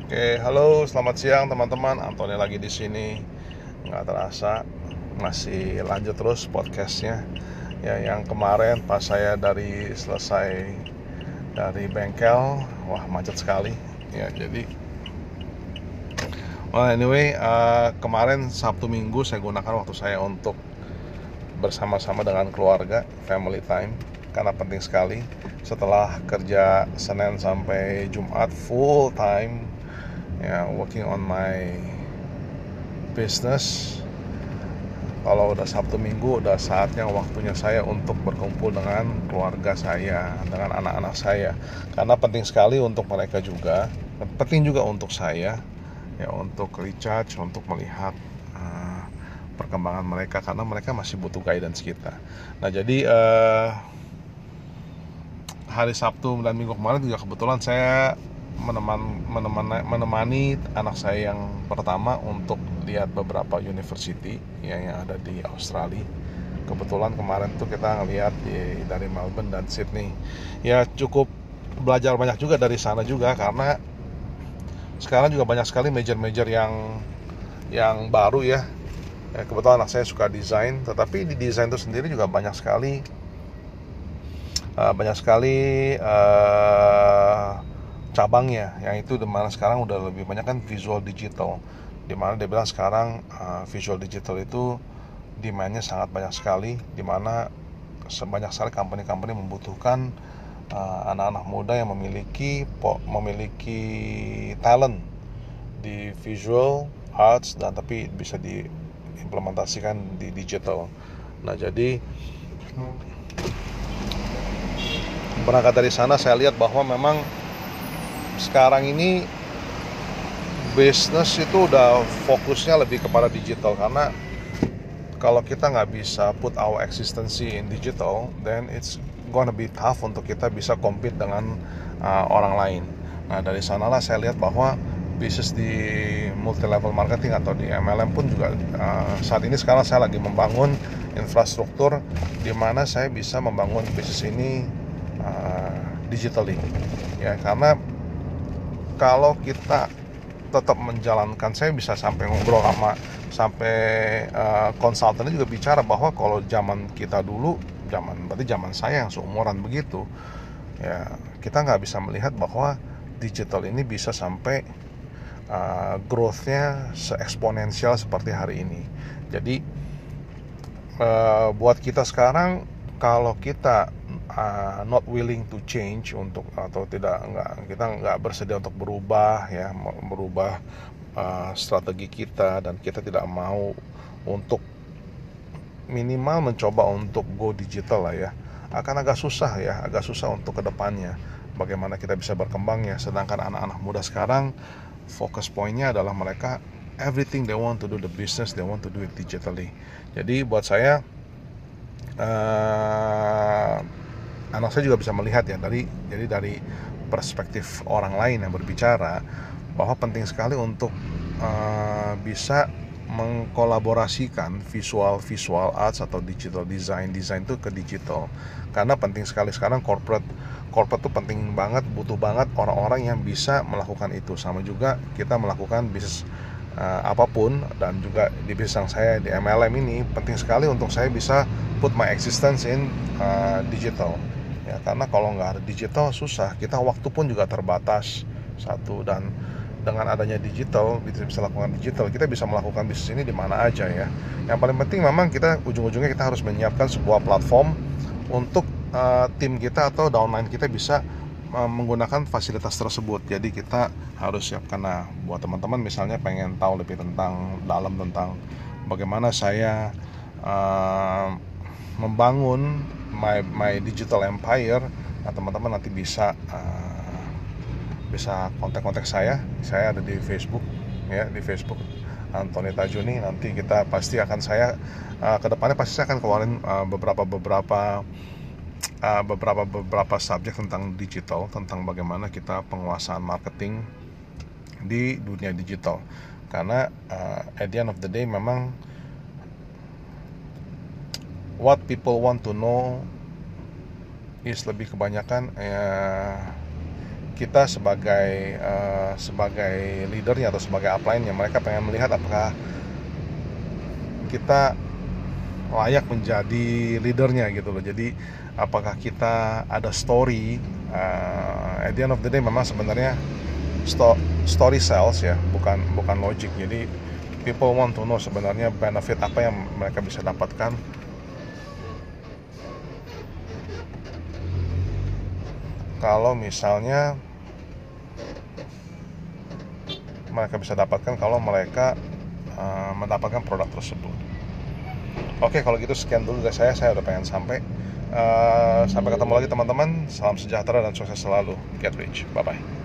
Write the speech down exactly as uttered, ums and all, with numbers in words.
Oke, halo, selamat siang teman-teman. Antoni lagi di sini. Nggak terasa masih lanjut terus podcastnya. Ya, yang kemarin pas saya dari selesai dari bengkel, wah macet sekali. Ya, jadi, well anyway, uh, kemarin Sabtu Minggu saya gunakan waktu saya untuk bersama-sama dengan keluarga, family time, karena penting sekali. Setelah kerja Senin sampai Jumat full time, ya working on my business. Kalau udah Sabtu Minggu, udah saatnya waktunya saya untuk berkumpul dengan keluarga saya, dengan anak-anak saya. Karena penting sekali untuk mereka juga, penting juga untuk saya, ya untuk recharge, untuk melihat uh, perkembangan mereka, karena mereka masih butuh guidance kita. Nah jadi uh, hari Sabtu dan Minggu kemarin juga kebetulan saya meneman, menemani, menemani anak saya yang pertama untuk lihat beberapa university ya, yang ada di Australia. Kebetulan kemarin tuh kita ngelihat di, dari Melbourne dan Sydney. Ya cukup belajar banyak juga dari sana juga, karena sekarang juga banyak sekali major-major yang yang baru ya. Ya, kebetulan anak saya suka desain, tetapi di desain itu sendiri juga banyak sekali uh, banyak sekali uh, cabangnya, yang itu dimana sekarang udah lebih banyak kan visual digital, dimana dia bilang sekarang uh, visual digital itu demandnya sangat banyak sekali, dimana sebanyak sekali company-company membutuhkan uh, anak-anak muda yang memiliki memiliki talent di visual arts, dan tapi bisa diimplementasikan di digital. Nah jadi berangkat dari sana saya lihat bahwa memang sekarang ini bisnis itu udah fokusnya lebih kepada digital, karena kalau kita nggak bisa put our existence in digital, then it's gonna be tough untuk kita bisa compete dengan uh, orang lain. Nah dari sanalah saya lihat bahwa bisnis di multi level marketing atau di M L M pun juga uh, saat ini sekarang saya lagi membangun infrastruktur di mana saya bisa membangun bisnis ini uh, digitally ya, karena kalau kita tetap menjalankan, saya bisa sampai ngobrol sama sampai uh, konsultannya juga bicara bahwa kalau zaman kita dulu, zaman berarti zaman saya yang seumuran begitu ya, kita nggak bisa melihat bahwa digital ini bisa sampai uh, growth-nya se-eksponensial seperti hari ini. Jadi uh, buat kita sekarang, kalau kita uh, not willing to change untuk, atau tidak nggak kita nggak bersedia untuk berubah ya, merubah uh, strategi kita, dan kita tidak mau untuk minimal mencoba untuk go digital lah ya, akan agak susah ya, agak susah untuk kedepannya bagaimana kita bisa berkembang ya. Sedangkan anak-anak muda sekarang fokus poinnya adalah mereka everything they want to do the business, they want to do it digitally. Jadi buat saya uh, anak saya juga bisa melihat ya, dari jadi dari perspektif orang lain yang berbicara bahwa penting sekali untuk uh, bisa mengkolaborasikan visual visual arts atau digital design design itu ke digital, karena penting sekali sekarang corporate corporate tuh penting banget, butuh banget orang-orang yang bisa melakukan itu. Sama juga kita melakukan bisnis uh, apapun, dan juga di bisnis yang saya di M L M ini penting sekali untuk saya bisa put my existence in uh, digital ya, karena kalau nggak ada digital susah, kita waktu pun juga terbatas satu, dan dengan adanya digital, kita bisa lakukan digital, kita bisa melakukan bisnis ini di mana aja ya. Yang paling penting memang kita ujung-ujungnya kita harus menyiapkan sebuah platform untuk uh, tim kita atau downline kita bisa uh, menggunakan fasilitas tersebut. Jadi kita harus siapkan. Nah buat teman-teman misalnya pengen tahu lebih tentang dalam tentang bagaimana saya uh, membangun my my digital empire, nah teman-teman nanti bisa uh, bisa kontak-kontak saya. Saya ada di Facebook ya, di Facebook Antoni Tajuni. Nanti kita pasti akan saya uh, kedepannya pasti saya akan keluarin uh, beberapa beberapa uh, beberapa beberapa subjek tentang digital, tentang bagaimana kita penguasaan marketing di dunia digital. Karena uh, at the end of the day memang what people want to know is lebih kebanyakan uh, kita sebagai uh, sebagai leadernya atau sebagai upline-nya, mereka pengen melihat apakah kita layak menjadi leadernya gitu loh. Jadi apakah kita ada story. Uh, at the end of the day memang sebenarnya sto- story sells ya, bukan bukan logic. Jadi people want to know sebenarnya benefit apa yang mereka bisa dapatkan kalau misalnya mereka bisa dapatkan kalau mereka uh, mendapatkan produk tersebut. Oke, kalau gitu sekian dulu dari saya. Saya udah pengen sampai. Uh, sampai ketemu lagi teman-teman. Salam sejahtera dan sukses selalu. Get rich. Bye bye.